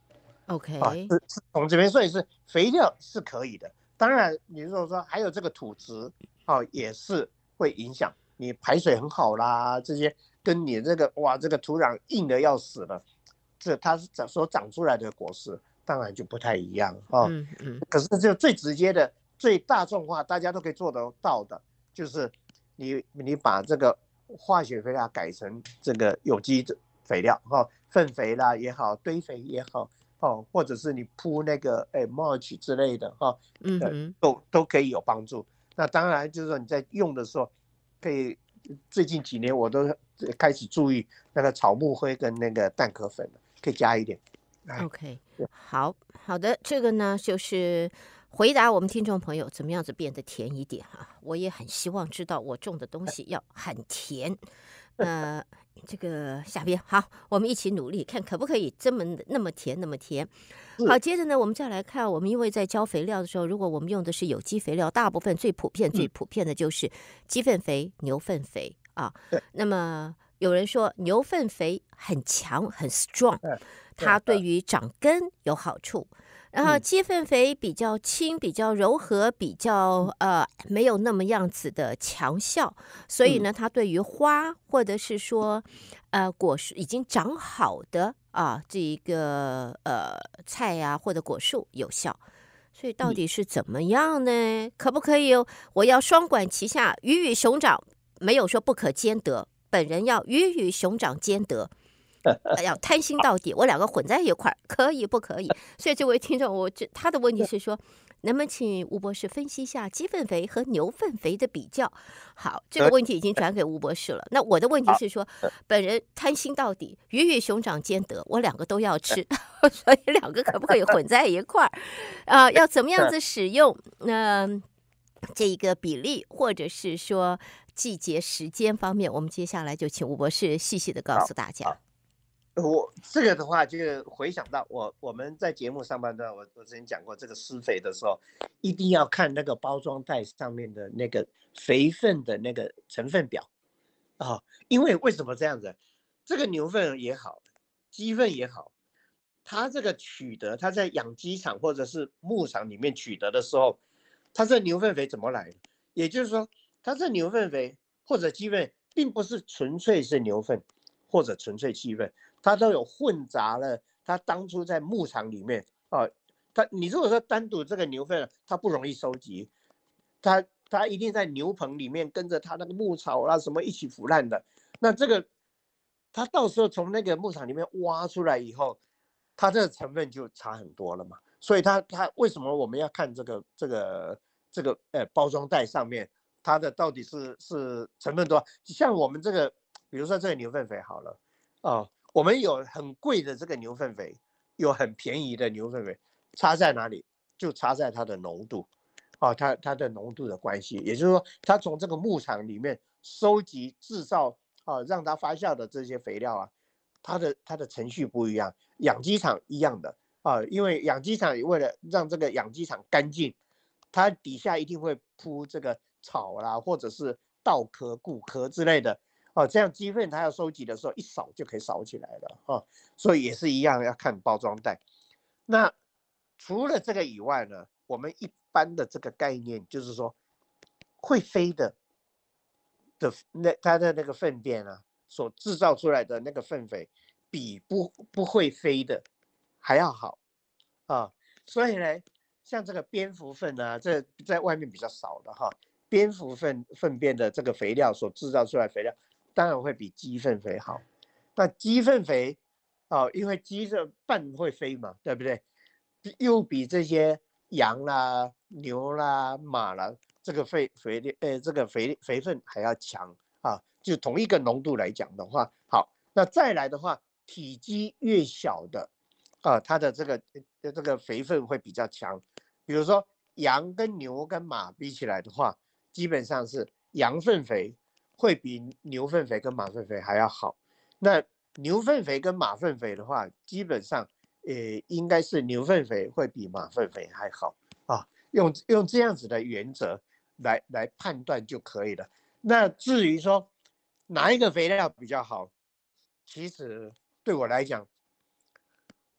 OK， 是是从这边，所以是肥料是可以的。当然，你如果说还有这个土质，哦，也是会影响你排水很好啦，这些跟你这个哇，这个土壤硬的要死了，这它是长所长出来的果实，当然就不太一样哦。 嗯嗯， 可是就最直接的、最大众化，大家都可以做得到的，就是你你把这个化学肥料改成这个有机肥料，哈、哦，粪肥啦也好，堆肥也好。哦，或者是你铺那个诶 mulch 之类的哈、哦，呃， 嗯哼， 都都可以有帮助。那当然就是说你在用的时候，可以最近几年我都开始注意那个草木灰跟那个蛋壳粉了，可以加一点。哎， OK，好好的，这个呢就是回答我们听众朋友怎么样子变得甜一点哈、我也很希望知道我种的东西要很甜。呃，这个下边好，我们一起努力，看可不可以这么那么甜那么甜。好， 是， 接着呢，我们再来看，我们因为在浇肥料的时候，如果我们用的是有机肥料，大部分最普遍、最嗯， 普遍的就是鸡粪肥、牛粪肥啊。 对， 那么有人说牛粪肥很强、很 strong， 嗯， 它对嗯于长根有好处。然后嗯鸡粪肥比较轻、比较柔和、比较呃没有那么样子的强效，所以嗯呢，它对于花或者是说呃果树已经长好的啊这一个呃菜呀、或者果树有效。所以到嗯， 底是怎么样呢？可不可以有我要双管齐下，鱼与熊掌没有说不可兼得，本人要鱼与熊掌兼得。呃要贪心到底，我两个混在一块儿，可以不可以？所以这位听众，我这他的问题是说，能不能请吴博士分析一下鸡粪肥和牛粪肥的比较？好，这个可以， 问题已经转给吴博士了。那我的问题好， 是说，本人贪心到底，鱼与熊掌兼得，我两个都要吃，所以两个可不可以混在一块儿？啊、要怎么样子使用？嗯、这一个比例，或者是说季节时间方面，我们接下来就请吴博士细细的告好， 诉大家。 好。我这个的话，就回想到我我们在节目上半段，我我之前讲过，这个施肥的时候，一定要看那个包装袋上面的那个肥分的那个成分表啊、因为为什么这样子？这个牛粪也好，鸡粪也好，它这个取得，它在养鸡场或者是牧场里面取得的时候，它这牛粪肥怎么来的？也就是说，它这牛粪肥或者鸡粪，并不是纯粹是牛粪或者纯粹鸡粪，它都有混杂了。它当初在牧场里面啊，它你如果说单独这个牛粪，它不容易收集，它它一定在牛棚里面跟着它那个牧草啊什么一起腐烂的。那这个它到时候从那个牧场里面挖出来以后，它这个成分就差很多了嘛。所以它它为什么我们要看这个这个这个呃包装袋上面它的到底是是成分多少？像我们这个，比如说这个牛粪肥好了，哦，我们有很贵的这个牛粪肥，有很便宜的牛粪肥，差在哪里？就差在它的浓度。哦，它它的浓度的关系，也就是说，它从这个牧场里面收集、制造啊，让它发酵的这些肥料啊，它的它的程序不一样。养鸡场一样的啊，因为养鸡场为了让这个养鸡场干净，它底下一定会铺这个草啦，或者是稻壳、谷壳之类的哦，这样鸡粪它要收集的时候一扫就可以扫起来了哦，所以也是一样要看包装袋。那除了这个以外呢，我们一般的这个概念就是说，会飞的的那它的那个粪便啊，所制造出来的那个粪肥，比不不会飞的还要好啊。所以呢，像这个蝙蝠粪啊，这在外面比较少的哈，蝙蝠粪粪便的这个肥料所制造出来的肥料，当然会比鸡粪肥好。那鸡粪肥哦，因为鸡这半会飞嘛，对不对？又比这些羊啦、牛啦、马啦，这个肥肥力，呃，这个肥肥分还要强啊。就同一个浓度来讲的话，好，那再来的话，体积越小的啊，它的这个呃这个肥分会比较强。比如说羊跟牛跟马比起来的话，基本上是羊粪肥会比牛粪肥跟马粪肥还要好。那牛粪肥跟马粪肥的话，基本上呃，应该是牛粪肥会比马粪肥还好啊，用用这样子的原则来来判断就可以了。那至于说哪一个肥料比较好，其实对我来讲，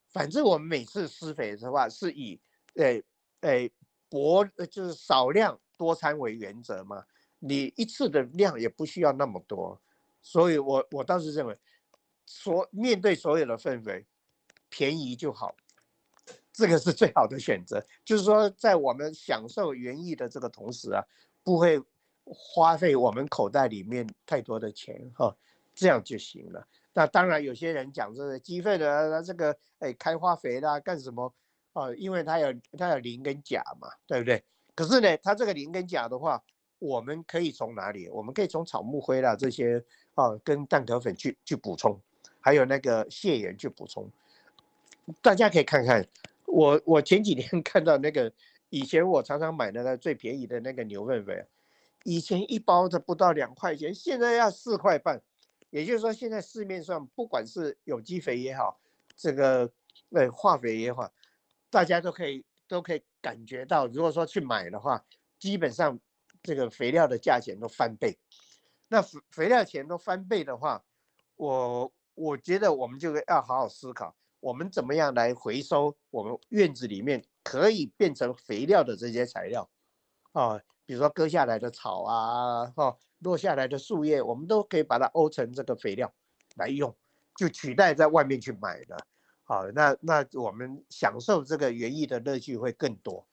反正我们每次施肥的话是以呃呃薄就是少量多餐为原则嘛，你一次的量也不需要那么多，所以我我倒是认为，所面对所有的粪肥，便宜就好，这个是最好的选择。就是说，在我们享受园艺的这个同时啊，不会花费我们口袋里面太多的钱哈、哦，这样就行了。那当然，有些人讲这个鸡粪的这个哎开花肥啦干什么啊？因为它有它有磷跟钾嘛，对不对？可是呢，它这个磷跟钾的话，我们可以从哪里？我们可以从草木灰啦这些啊，跟蛋壳粉去去补充，还有那个蟹盐去补充。大家可以看看，我我前几天看到那个，以前我常常买的那最便宜的那个牛粪肥，以前一包的不到两块钱，现在要四块半。也就是说，现在市面上不管是有机肥也好，这个呃化肥也好，大家都可以都可以感觉到，如果说去买的话，基本上这个肥料的价钱都翻倍。那肥料钱都翻倍的话，我我觉得我们就要好好思考，我们怎么样来回收我们院子里面可以变成肥料的这些材料啊，比如说割下来的草啊，哦，落下来的树叶，我们都可以把它沤成这个肥料来用，就取代在外面去买的。好，那那我们享受这个园艺的乐趣会更多。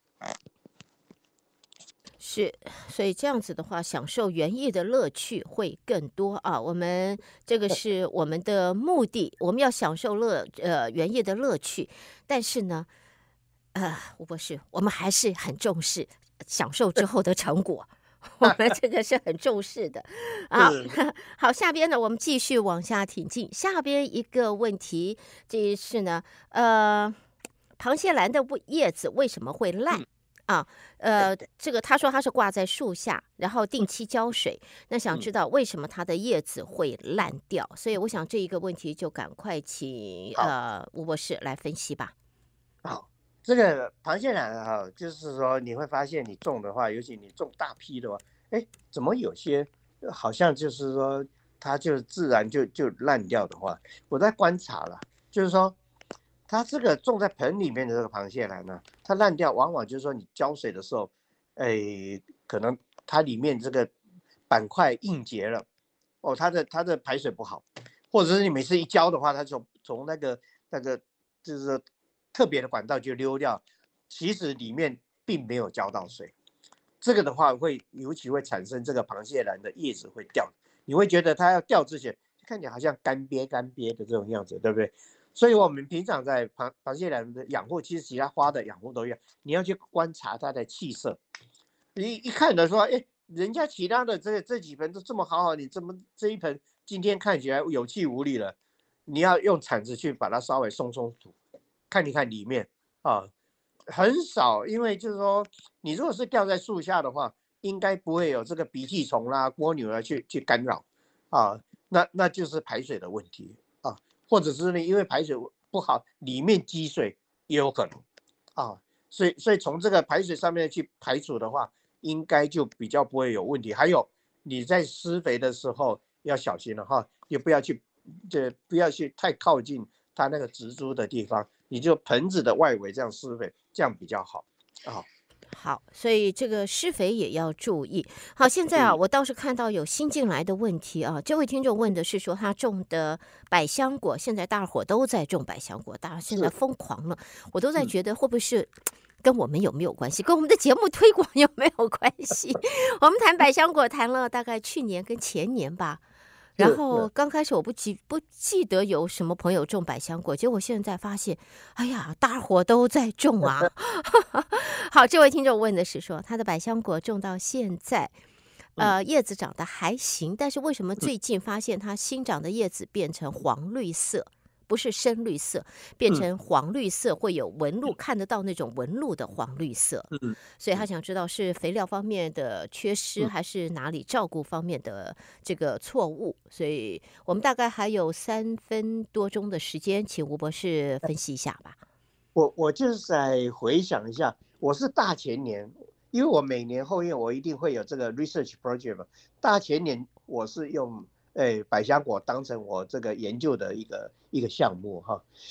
是，所以这样子的话，享受园艺的乐趣会更多啊。我们这个是我们的目的，我们要享受乐呃园艺的乐趣，但是呢，呃，吴博士，我们还是很重视享受之后的成果。我们这个是很重视的啊。好，下边呢，我们继续往下挺进。下边一个问题，这是呢，呃，螃蟹兰的叶子为什么会烂？嗯啊，呃，这个他说他是挂在树下，然后定期浇水。那想知道为什么它的叶子会烂掉？所以我想这一个问题就赶快请呃吴博士来分析吧。 好，这个螃蟹兰啊，就是说你会发现你种的话，尤其你种大批的话，哎，怎么有些好像就是说它就自然就就烂掉的话，我在观察了，就是说。它这个种在盆里面的这个螃蟹兰呢，它烂掉，往往就是说你浇水的时候，哎，可能它里面这个板块硬结了，哦，它的它的排水不好，或者是你每次一浇的话，它从从那个那个就是特别的管道就溜掉，其实里面并没有浇到水，这个的话会尤其会产生这个螃蟹兰的叶子会掉，你会觉得它要掉之前看起来好像干瘪干瘪的这种样子，对不对？所以我们平常在螃螃蟹兰的养护，其实其他花的养护都一样，你要去观察它的气色。你一看的说，哎，人家其他的这这几盆都这么好好，你怎么这一盆今天看起来有气无力了？你要用铲子去把它稍微松松土，看一看里面啊，很少，因为就是说，你如果是掉在树下的话，应该不会有这个鼻涕虫啦、蜗牛啊去去干扰啊，那那就是排水的问题啊。或者是呢，因为排水不好，里面积水也有可能啊，所以所以从这个排水上面去排除的话，应该就比较不会有问题。还有你在施肥的时候要小心了哈，也不要去这不要去太靠近它那个植株的地方，你就盆子的外围这样施肥，这样比较好啊。 好，所以这个施肥也要注意。好，现在啊，我倒是看到有新进来的问题啊。这位听众问的是说，他种的百香果，现在大伙都在种百香果，大家现在疯狂了，我都在觉得会不会是跟我们有没有关系，跟我们的节目推广有没有关系？我们谈百香果谈了大概去年跟前年吧。然后刚开始我不记不记得有什么朋友种百香果，结果现在发现，哎呀，大伙都在种啊！好，这位听众问的是说，他的百香果种到现在，呃，叶子长得还行，但是为什么最近发现它新长的叶子变成黄绿色？不是深绿色，变成黄绿色，会有纹路，看得到那种纹路的黄绿色。 嗯， 所以他想知道是肥料方面的缺失，还是哪里照顾方面的这个错误。所以我们大概还有三分多钟的时间，请吴博士分析一下吧。 我我就是在回想一下，我是大前年，因为我每年后院我一定会有这个 research project 嘛，大前年我是用诶百香果当成我这个研究的一个一个项目哈。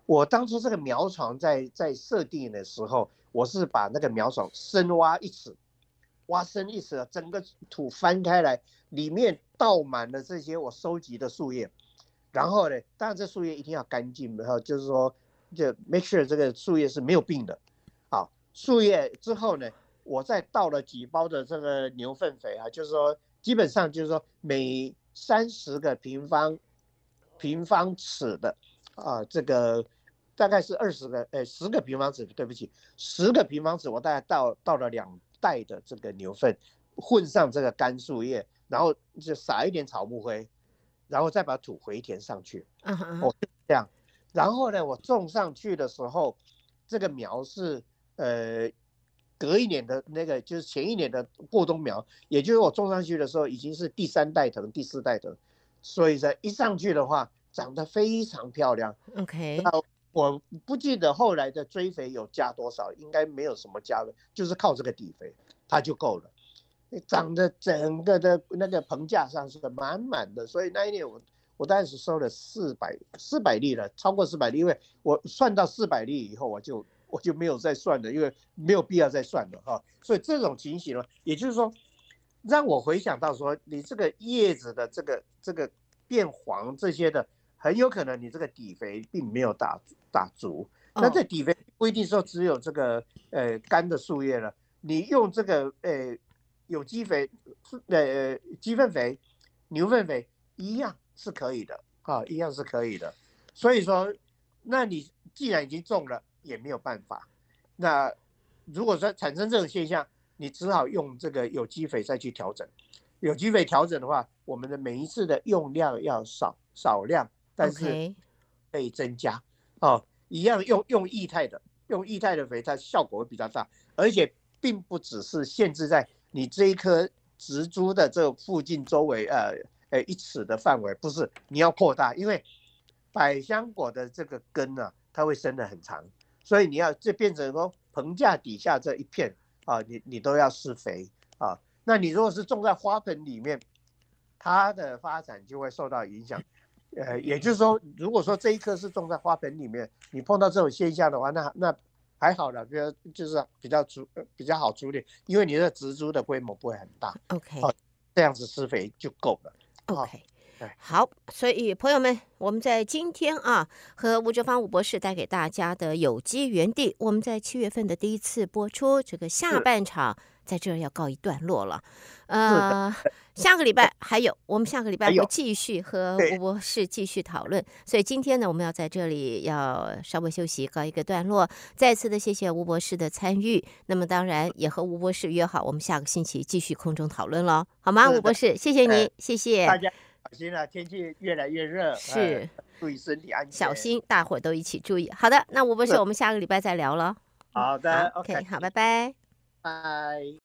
我当初这个苗床在在设定的时候，我是把那个苗床深挖一尺，挖深一尺，整个土翻开来，里面倒满了这些我收集的树叶。然后呢，当然这树叶一定要干净，然后就是说，就 make sure 这个树叶是没有病的。好，树叶之后呢，我再倒了几包的这个牛粪肥啊，就是说基本上就是说每三十个平方平方尺的啊，这个大概是二十个，呃，十个平方尺，对不起，十个平方尺，我大概倒倒了两袋的这个牛粪，混上这个干树叶，然后就撒一点草木灰，然后再把土回填上去。 嗯哼， 哦，这样，然后呢，我种上去的时候，这个苗是呃隔一年的那个，就是前一年的过冬苗，也就是我种上去的时候已经是第三代藤、第四代藤，所以说一上去的话，长得非常漂亮。 OK， 那我不记得后来的追肥有加多少，应该没有什么加的，就是靠这个底肥，它就够了。长得整个的那个棚架上是满满的，所以那一年我我当时收了四百四百粒了，超过四百粒，因为我算到四百粒以后，我就我就没有再算了，因为没有必要再算了哈。所以这种情形呢，也就是说，让我回想到说，你这个叶子的这个这个变黄这些的，很有可能你这个底肥并没有打打足。那这底肥不一定说只有这个呃干的树叶了，你用这个呃。有机肥、呃鸡粪肥、牛粪肥一样是可以的啊，一样是可以的。所以说，那你既然已经种了，也没有办法。那如果说产生这种现象，你只好用这个有机肥再去调整。有机肥调整的话，我们的每一次的用量要少少量，但是可以增加哦。一样用用液态的，用液态的肥，它效果会比较大，而且并不只是限制在你这一颗植株的这附近周围，呃，呃一尺的范围，不是，你要扩大，因为百香果的这个根啊，它会伸得很长，所以你要这变成说棚架底下这一片啊，你你都要施肥啊。那你如果是种在花盆里面，它的发展就会受到影响。呃，也就是说，如果说这一颗是种在花盆里面，你碰到这种现象的话，那那。还好了，比如就是比较处比较好处理，因为你的植株的规模不会很大。 OK， 哦，这样子施肥就够了。 OK，好，所以朋友们，我们在今天啊，和吴哲芳吴博士带给大家的有机园地，我们在七月份的第一次播出，这个下半场在这儿要告一段落了。呃，下个礼拜还有，我们下个礼拜会继续和吴博士继续讨论。所以今天呢，我们要在这里要稍微休息，告一个段落。再次的谢谢吴博士的参与。那么当然也和吴博士约好，我们下个星期继续空中讨论喽，好吗？吴博士，谢谢你，谢谢大家。小心了，天气越来越热， 是、呃、 注意身体安全， 小心，大伙都一起注意。好的，那吴博士，我们下个礼拜再聊了。 好的 ，OK， 好，拜拜， 拜。